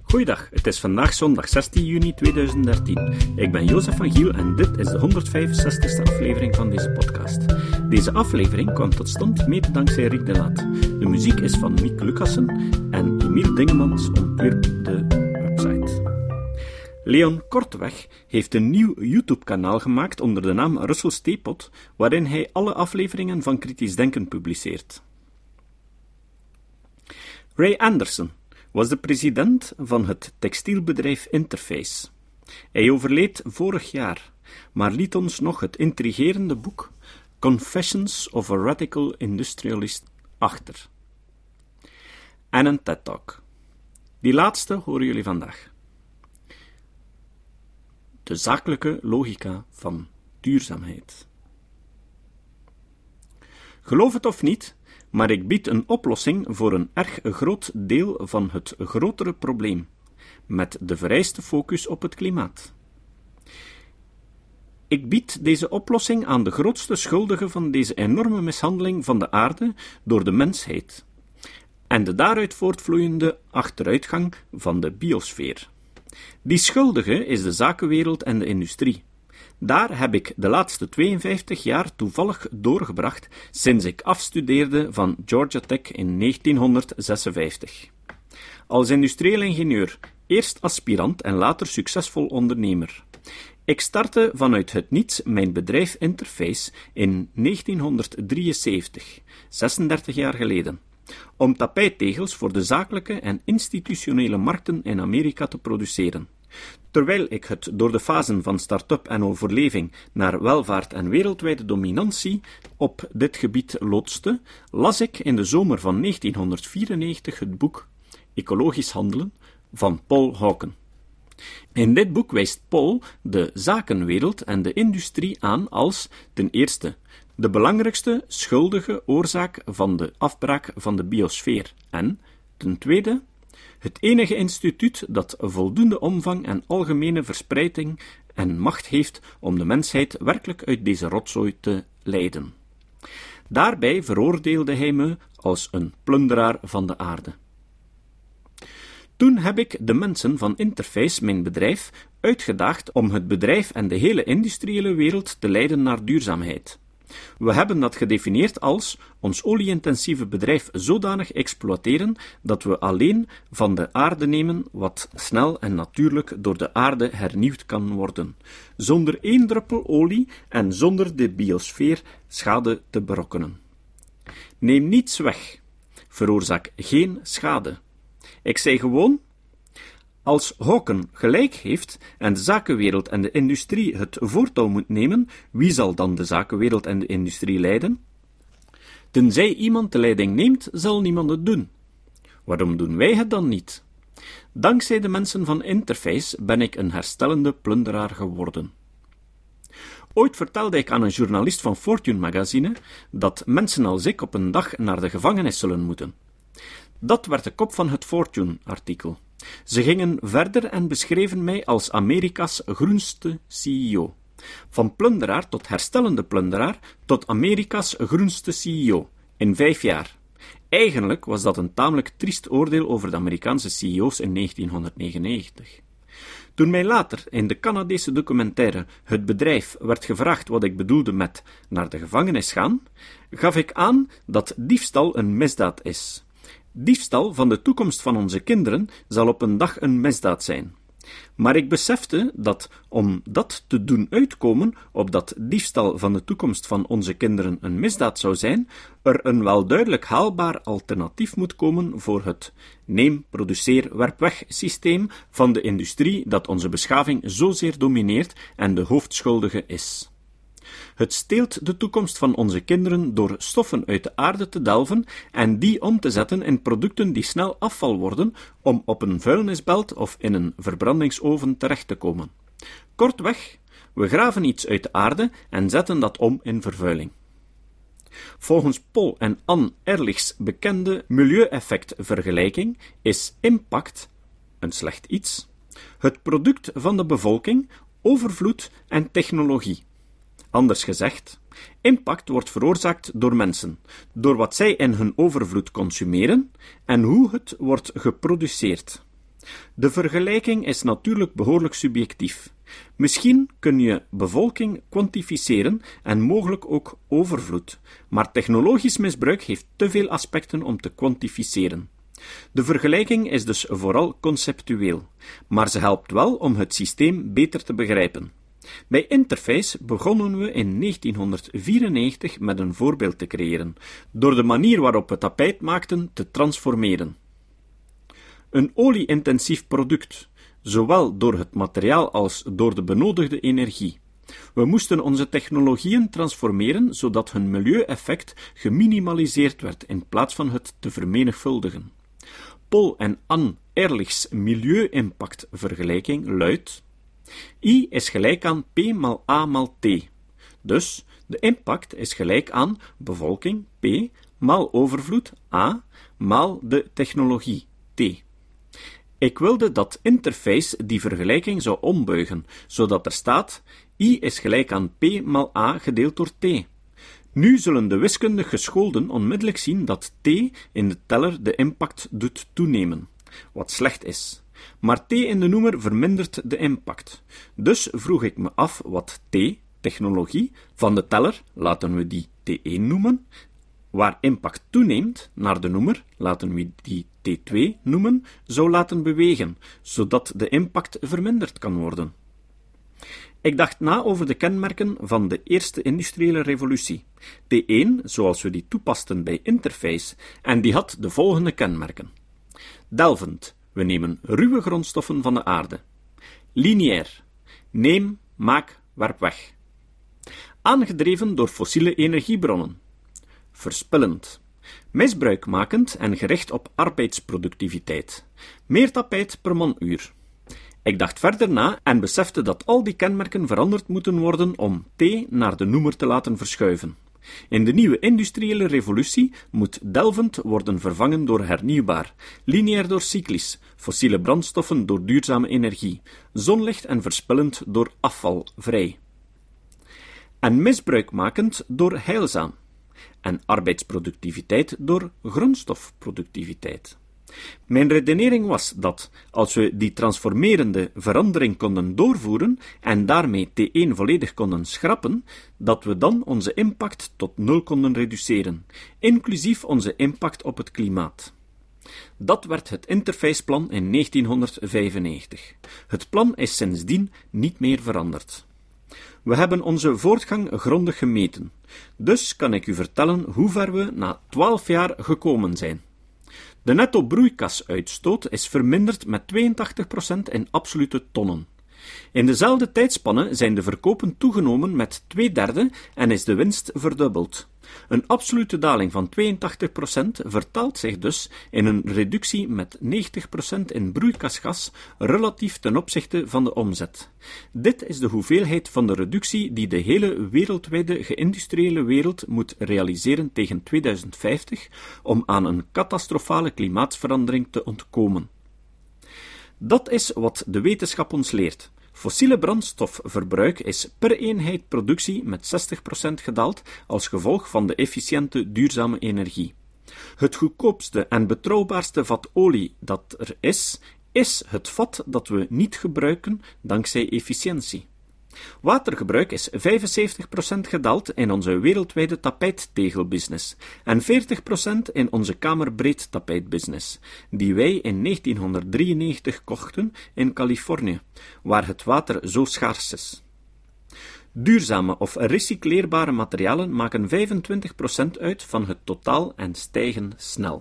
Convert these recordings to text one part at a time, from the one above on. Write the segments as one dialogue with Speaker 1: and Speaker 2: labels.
Speaker 1: Goeiedag, het is vandaag zondag 16 juni 2013. Ik ben Jozef van Giel en dit is de 165ste aflevering van deze podcast. Deze aflevering kwam tot stand mede dankzij Rick de Laat. De muziek is van Miek Lucassen en Emiel Dingemans ontwierp de website. Leon Korteweg heeft een nieuw YouTube-kanaal gemaakt onder de naam Russell's Theepot, waarin hij alle afleveringen van Kritisch Denken publiceert. Ray Anderson was de president van het textielbedrijf Interface. Hij overleed vorig jaar, maar liet ons nog het intrigerende boek Confessions of a Radical Industrialist achter. En een TED-talk. Die laatste horen jullie vandaag. De zakelijke logica van duurzaamheid. Geloof het of niet, maar ik bied een oplossing voor een erg groot deel van het grotere probleem, met de vereiste focus op het klimaat. Ik bied deze oplossing aan de grootste schuldige van deze enorme mishandeling van de aarde door de mensheid en de daaruit voortvloeiende achteruitgang van de biosfeer. Die schuldige is de zakenwereld en de industrie. Daar heb ik de laatste 52 jaar toevallig doorgebracht sinds ik afstudeerde van Georgia Tech in 1956. Als industrieel ingenieur, eerst aspirant en later succesvol ondernemer. Ik startte vanuit het niets mijn bedrijf Interface in 1973, 36 jaar geleden, om tapijttegels voor de zakelijke en institutionele markten in Amerika te produceren. Terwijl ik het door de fasen van start-up en overleving naar welvaart en wereldwijde dominantie op dit gebied loodste, las ik in de zomer van 1994 het boek Ecologisch handelen van Paul Hawken. In dit boek wijst Paul de zakenwereld en de industrie aan als, ten eerste, de belangrijkste schuldige oorzaak van de afbraak van de biosfeer en, ten tweede, het enige instituut dat voldoende omvang en algemene verspreiding en macht heeft om de mensheid werkelijk uit deze rotzooi te leiden. Daarbij veroordeelde hij me als een plunderaar van de aarde. Toen heb ik de mensen van Interface, mijn bedrijf, uitgedaagd om het bedrijf en de hele industriële wereld te leiden naar duurzaamheid. We hebben dat gedefinieerd als ons olie-intensieve bedrijf zodanig exploiteren dat we alleen van de aarde nemen wat snel en natuurlijk door de aarde hernieuwd kan worden, zonder één druppel olie en zonder de biosfeer schade te berokkenen. Neem niets weg, veroorzaak geen schade. Ik zei gewoon, als Hawken gelijk heeft en de zakenwereld en de industrie het voortouw moet nemen, wie zal dan de zakenwereld en de industrie leiden? Tenzij iemand de leiding neemt, zal niemand het doen. Waarom doen wij het dan niet? Dankzij de mensen van Interface ben ik een herstellende plunderaar geworden. Ooit vertelde ik aan een journalist van Fortune magazine dat mensen als ik op een dag naar de gevangenis zullen moeten. Dat werd de kop van het Fortune-artikel. Ze gingen verder en beschreven mij als Amerika's groenste CEO. Van plunderaar tot herstellende plunderaar tot Amerika's groenste CEO. In 5 jaar. Eigenlijk was dat een tamelijk triest oordeel over de Amerikaanse CEO's in 1999. Toen mij later in de Canadese documentaire Het Bedrijf werd gevraagd wat ik bedoelde met naar de gevangenis gaan, gaf ik aan dat diefstal een misdaad is. Diefstal van de toekomst van onze kinderen zal op een dag een misdaad zijn. Maar ik besefte dat, om dat te doen uitkomen, opdat diefstal van de toekomst van onze kinderen een misdaad zou zijn, er een wel duidelijk haalbaar alternatief moet komen voor het neem, produceer, werp weg systeem van de industrie dat onze beschaving zozeer domineert en de hoofdschuldige is. Het steelt de toekomst van onze kinderen door stoffen uit de aarde te delven en die om te zetten in producten die snel afval worden om op een vuilnisbelt of in een verbrandingsoven terecht te komen. Kortweg, we graven iets uit de aarde en zetten dat om in vervuiling. Volgens Paul en Anne Ehrlichs bekende milieueffectvergelijking is impact, een slecht iets, het product van de bevolking, overvloed en technologie. Anders gezegd, impact wordt veroorzaakt door mensen, door wat zij in hun overvloed consumeren en hoe het wordt geproduceerd. De vergelijking is natuurlijk behoorlijk subjectief. Misschien kun je bevolking kwantificeren en mogelijk ook overvloed, maar technologisch misbruik heeft te veel aspecten om te kwantificeren. De vergelijking is dus vooral conceptueel, maar ze helpt wel om het systeem beter te begrijpen. Bij Interface begonnen we in 1994 met een voorbeeld te creëren, door de manier waarop we tapijt maakten te transformeren. Een olie-intensief product, zowel door het materiaal als door de benodigde energie. We moesten onze technologieën transformeren zodat hun milieueffect geminimaliseerd werd in plaats van het te vermenigvuldigen. Paul en Anne Ehrlichs milieu-impact-vergelijking luidt: I is gelijk aan P mal A mal T. Dus de impact is gelijk aan bevolking P maal overvloed A maal de technologie T. Ik wilde dat Interface die vergelijking zou ombuigen, zodat er staat: I is gelijk aan P maal A gedeeld door T. Nu zullen de wiskundig geschoolden onmiddellijk zien dat T in de teller de impact doet toenemen, wat slecht is. Maar T in de noemer vermindert de impact. Dus vroeg ik me af wat T, technologie, van de teller, laten we die T1 noemen, waar impact toeneemt naar de noemer, laten we die T2 noemen, zou laten bewegen, zodat de impact verminderd kan worden. Ik dacht na over de kenmerken van de eerste industriële revolutie. T1, zoals we die toepasten bij Interface, en die had de volgende kenmerken. Delvend, we nemen ruwe grondstoffen van de aarde. Lineair, neem, maak, werp weg. Aangedreven door fossiele energiebronnen. Verspillend, misbruikmakend en gericht op arbeidsproductiviteit. Meer tapijt per manuur. Ik dacht verder na en besefte dat al die kenmerken veranderd moeten worden om T naar de noemer te laten verschuiven. In de nieuwe industriële revolutie moet delvend worden vervangen door hernieuwbaar, lineair door cyclisch, fossiele brandstoffen door duurzame energie, zonlicht en verspillend door afvalvrij. En misbruikmakend door heilzaam, en arbeidsproductiviteit door grondstofproductiviteit. Mijn redenering was dat, als we die transformerende verandering konden doorvoeren en daarmee T1 volledig konden schrappen, dat we dan onze impact tot 0 konden reduceren, inclusief onze impact op het klimaat. Dat werd het Interfaceplan in 1995. Het plan is sindsdien niet meer veranderd. We hebben onze voortgang grondig gemeten, dus kan ik u vertellen hoe ver we na 12 jaar gekomen zijn. De netto broeikasuitstoot is verminderd met 82% in absolute tonnen. In dezelfde tijdspanne zijn de verkopen toegenomen met 2/3 en is de winst verdubbeld. Een absolute daling van 82% vertaalt zich dus in een reductie met 90% in broeikasgas relatief ten opzichte van de omzet. Dit is de hoeveelheid van de reductie die de hele wereldwijde geïndustriële wereld moet realiseren tegen 2050 om aan een catastrofale klimaatsverandering te ontkomen. Dat is wat de wetenschap ons leert. Fossiele brandstofverbruik is per eenheid productie met 60% gedaald als gevolg van de efficiënte duurzame energie. Het goedkoopste en betrouwbaarste vat olie dat er is het vat dat we niet gebruiken dankzij efficiëntie. Watergebruik is 75% gedaald in onze wereldwijde tapijttegelbusiness en 40% in onze kamerbreed tapijtbusiness, die wij in 1993 kochten in Californië, waar het water zo schaars is. Duurzame of recycleerbare materialen maken 25% uit van het totaal en stijgen snel.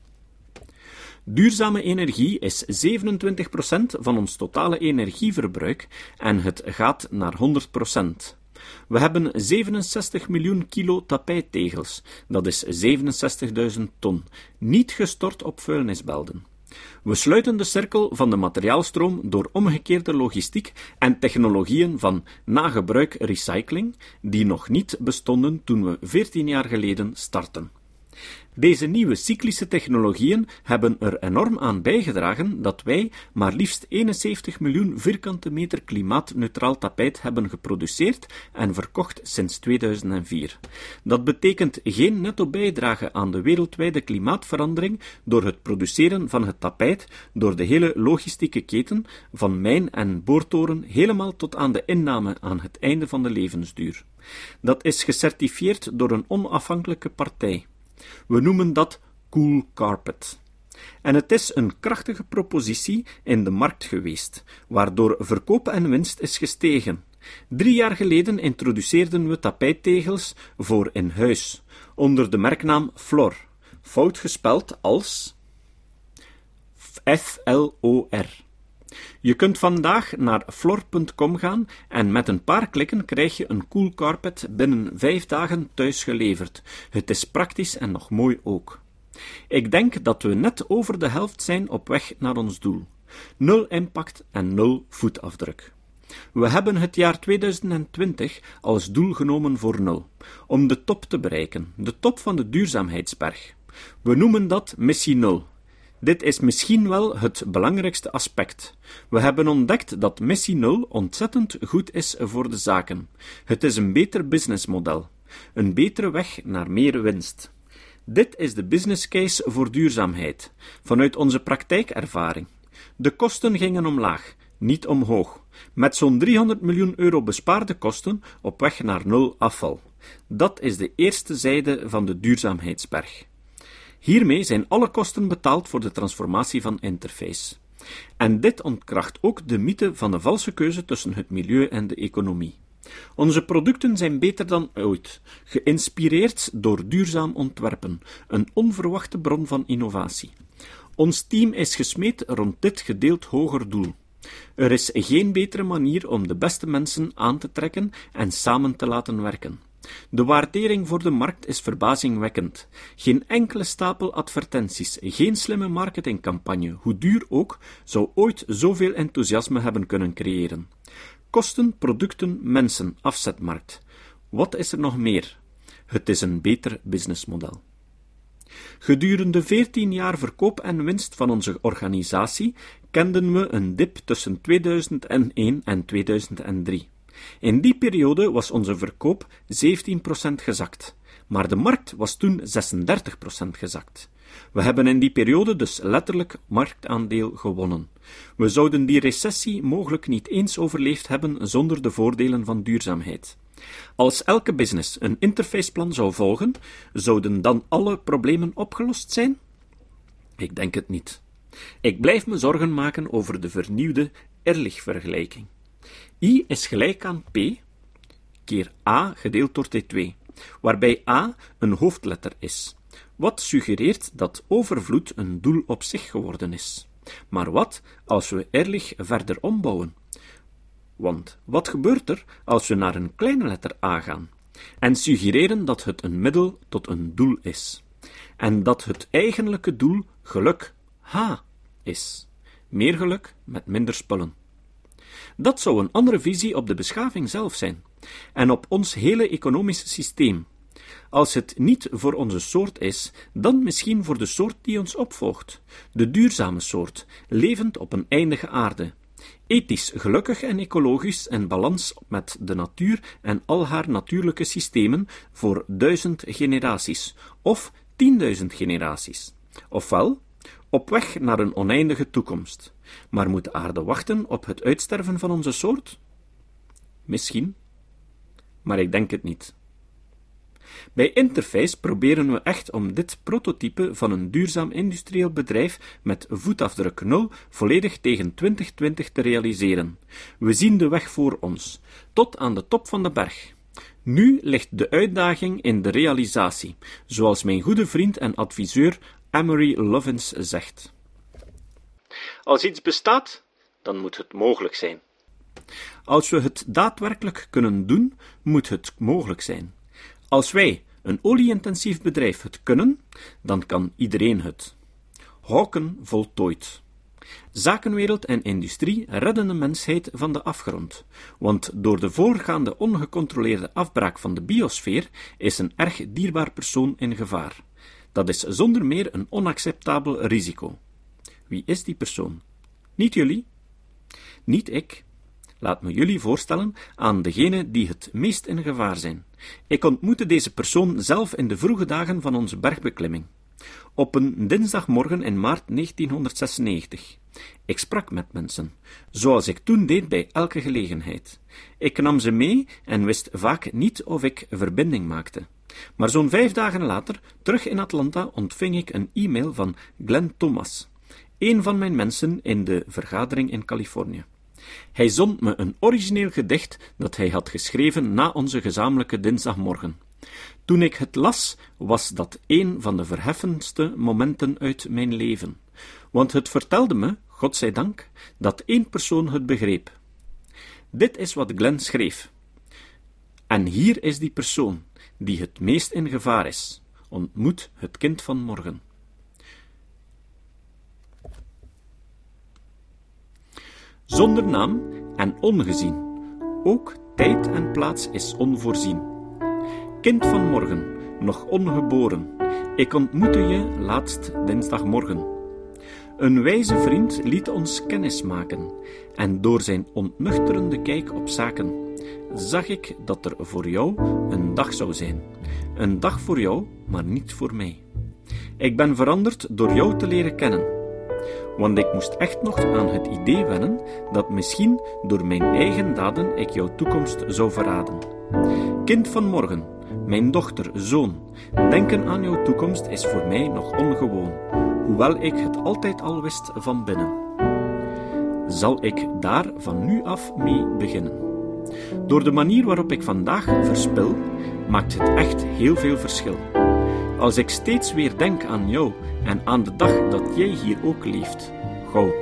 Speaker 1: Duurzame energie is 27% van ons totale energieverbruik en het gaat naar 100%. We hebben 67 miljoen kilo tapijttegels, dat is 67.000 ton, niet gestort op vuilnisbelden. We sluiten de cirkel van de materiaalstroom door omgekeerde logistiek en technologieën van nagebruik recycling, die nog niet bestonden toen we 14 jaar geleden startten. Deze nieuwe cyclische technologieën hebben er enorm aan bijgedragen dat wij maar liefst 71 miljoen vierkante meter klimaatneutraal tapijt hebben geproduceerd en verkocht sinds 2004. Dat betekent geen netto bijdrage aan de wereldwijde klimaatverandering door het produceren van het tapijt door de hele logistieke keten, van mijn en boortoren helemaal tot aan de inname aan het einde van de levensduur. Dat is gecertificeerd door een onafhankelijke partij. We noemen dat Cool Carpet. En het is een krachtige propositie in de markt geweest, waardoor verkoop en winst is gestegen. 3 jaar geleden introduceerden we tapijttegels voor in huis, onder de merknaam Flor, fout gespeld als F-L-O-R. Je kunt vandaag naar flor.com gaan en met een paar klikken krijg je een Cool Carpet binnen 5 dagen thuis geleverd. Het is praktisch en nog mooi ook. Ik denk dat we net over de helft zijn op weg naar ons doel. 0 impact en 0 voetafdruk. We hebben het jaar 2020 als doel genomen voor 0, om de top te bereiken, de top van de duurzaamheidsberg. We noemen dat Missie 0. Dit is misschien wel het belangrijkste aspect. We hebben ontdekt dat Missie 0 ontzettend goed is voor de zaken. Het is een beter businessmodel. Een betere weg naar meer winst. Dit is de business case voor duurzaamheid, vanuit onze praktijkervaring. De kosten gingen omlaag, niet omhoog, met zo'n 300 miljoen euro bespaarde kosten op weg naar 0 afval. Dat is de eerste zijde van de duurzaamheidsberg. Hiermee zijn alle kosten betaald voor de transformatie van Interface. En dit ontkracht ook de mythe van de valse keuze tussen het milieu en de economie. Onze producten zijn beter dan ooit, geïnspireerd door duurzaam ontwerpen, een onverwachte bron van innovatie. Ons team is gesmeed rond dit gedeeld hoger doel. Er is geen betere manier om de beste mensen aan te trekken en samen te laten werken. De waardering voor de markt is verbazingwekkend. Geen enkele stapel advertenties, geen slimme marketingcampagne, hoe duur ook, zou ooit zoveel enthousiasme hebben kunnen creëren. Kosten, producten, mensen, afzetmarkt. Wat is er nog meer? Het is een beter businessmodel. Gedurende 14 jaar verkoop en winst van onze organisatie kenden we een dip tussen 2001 en 2003. In die periode was onze verkoop 17% gezakt, maar de markt was toen 36% gezakt. We hebben in die periode dus letterlijk marktaandeel gewonnen. We zouden die recessie mogelijk niet eens overleefd hebben zonder de voordelen van duurzaamheid. Als elke business een interfaceplan zou volgen, zouden dan alle problemen opgelost zijn? Ik denk het niet. Ik blijf me zorgen maken over de vernieuwde Ehrlich-vergelijking. I is gelijk aan P keer A gedeeld door T2, waarbij A een hoofdletter is, wat suggereert dat overvloed een doel op zich geworden is. Maar wat als we Ehrlich verder ombouwen? Want wat gebeurt er als we naar een kleine letter A gaan en suggereren dat het een middel tot een doel is en dat het eigenlijke doel geluk H is? Meer geluk met minder spullen. Dat zou een andere visie op de beschaving zelf zijn en op ons hele economische systeem. Als het niet voor onze soort is, dan misschien voor de soort die ons opvolgt, de duurzame soort, levend op een eindige aarde. Ethisch, gelukkig en ecologisch in balans met de natuur en al haar natuurlijke systemen voor 1000 generaties, of 10.000 generaties. Ofwel, op weg naar een oneindige toekomst. Maar moet de aarde wachten op het uitsterven van onze soort? Misschien, maar ik denk het niet. Bij Interface proberen we echt om dit prototype van een duurzaam industrieel bedrijf met voetafdruk 0 volledig tegen 2020 te realiseren. We zien de weg voor ons, tot aan de top van de berg. Nu ligt de uitdaging in de realisatie, zoals mijn goede vriend en adviseur Amory Lovins zegt. Als iets bestaat, dan moet het mogelijk zijn. Als we het daadwerkelijk kunnen doen, moet het mogelijk zijn. Als wij, een olie-intensief bedrijf, het kunnen, dan kan iedereen het. Hawken voltooid. Zakenwereld en industrie redden de mensheid van de afgrond, want door de voorgaande ongecontroleerde afbraak van de biosfeer is een erg dierbaar persoon in gevaar. Dat is zonder meer een onacceptabel risico. Wie is die persoon? Niet jullie? Niet ik. Laat me jullie voorstellen aan degene die het meest in gevaar zijn. Ik ontmoette deze persoon zelf in de vroege dagen van onze bergbeklimming. Op een dinsdagmorgen in maart 1996. Ik sprak met mensen, zoals ik toen deed bij elke gelegenheid. Ik nam ze mee en wist vaak niet of ik verbinding maakte. Maar zo'n 5 dagen later, terug in Atlanta, ontving ik een e-mail van Glenn Thomas, een van mijn mensen in de vergadering in Californië. Hij zond me een origineel gedicht dat hij had geschreven na onze gezamenlijke dinsdagmorgen. Toen ik het las, was dat een van de verheffendste momenten uit mijn leven, want het vertelde me, godzijdank, dat 1 persoon het begreep. Dit is wat Glenn schreef. En hier is die persoon, die het meest in gevaar is. Ontmoet het kind van morgen. Zonder naam en ongezien. Ook tijd en plaats is onvoorzien. Kind van morgen, nog ongeboren. Ik ontmoette je laatst dinsdagmorgen. Een wijze vriend liet ons kennis maken, en door zijn ontnuchterende kijk op zaken, zag ik dat er voor jou een dag zou zijn. Een dag voor jou, maar niet voor mij. Ik ben veranderd door jou te leren kennen. Want ik moest echt nog aan het idee wennen dat misschien door mijn eigen daden ik jouw toekomst zou verraden. Kind van morgen, mijn dochter, zoon, denken aan jouw toekomst is voor mij nog ongewoon, hoewel ik het altijd al wist van binnen. Zal ik daar van nu af mee beginnen? Door de manier waarop ik vandaag verspil, maakt het echt heel veel verschil. Als ik steeds weer denk aan jou en aan de dag dat jij hier ook leeft, gauw.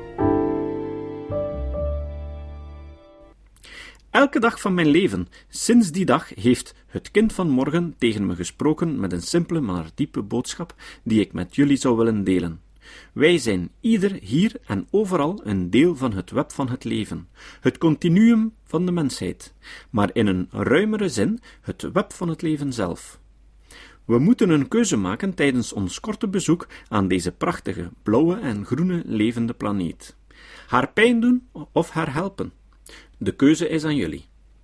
Speaker 1: Elke dag van mijn leven, sinds die dag, heeft het kind van morgen tegen me gesproken met een simpele maar diepe boodschap die ik met jullie zou willen delen. Wij zijn ieder hier en overal een deel van het web van het leven, het continuum van de mensheid, maar in een ruimere zin het web van het leven zelf. We moeten een keuze maken tijdens ons korte bezoek aan deze prachtige, blauwe en groene levende planeet. Haar pijn doen of haar helpen? De keuze is aan jullie.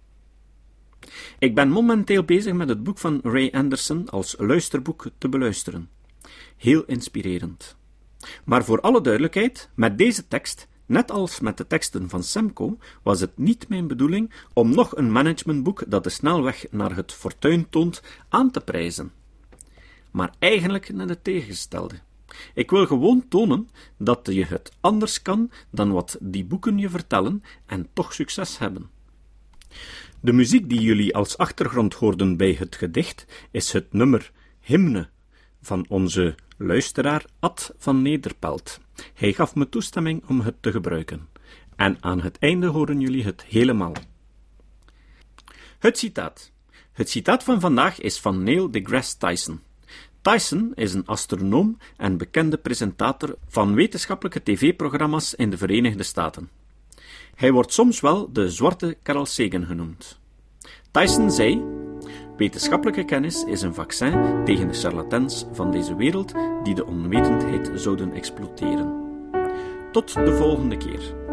Speaker 1: Ik ben momenteel bezig met het boek van Ray Anderson als luisterboek te beluisteren. Heel inspirerend. Maar voor alle duidelijkheid, met deze tekst, net als met de teksten van Semco, was het niet mijn bedoeling om nog een managementboek dat de snelweg naar het fortuin toont aan te prijzen. Maar eigenlijk net het tegengestelde. Ik wil gewoon tonen dat je het anders kan dan wat die boeken je vertellen en toch succes hebben. De muziek die jullie als achtergrond hoorden bij het gedicht is het nummer Hymne van onze luisteraar Ad van Nederpelt. Hij gaf me toestemming om het te gebruiken. En aan het einde horen jullie het helemaal. Het citaat. Het citaat van vandaag is van Neil deGrasse Tyson. Tyson is een astronoom en bekende presentator van wetenschappelijke tv-programma's in de Verenigde Staten. Hij wordt soms wel de zwarte Carl Sagan genoemd. Tyson zei: wetenschappelijke kennis is een vaccin tegen de charlatans van deze wereld die de onwetendheid zouden exploiteren. Tot de volgende keer.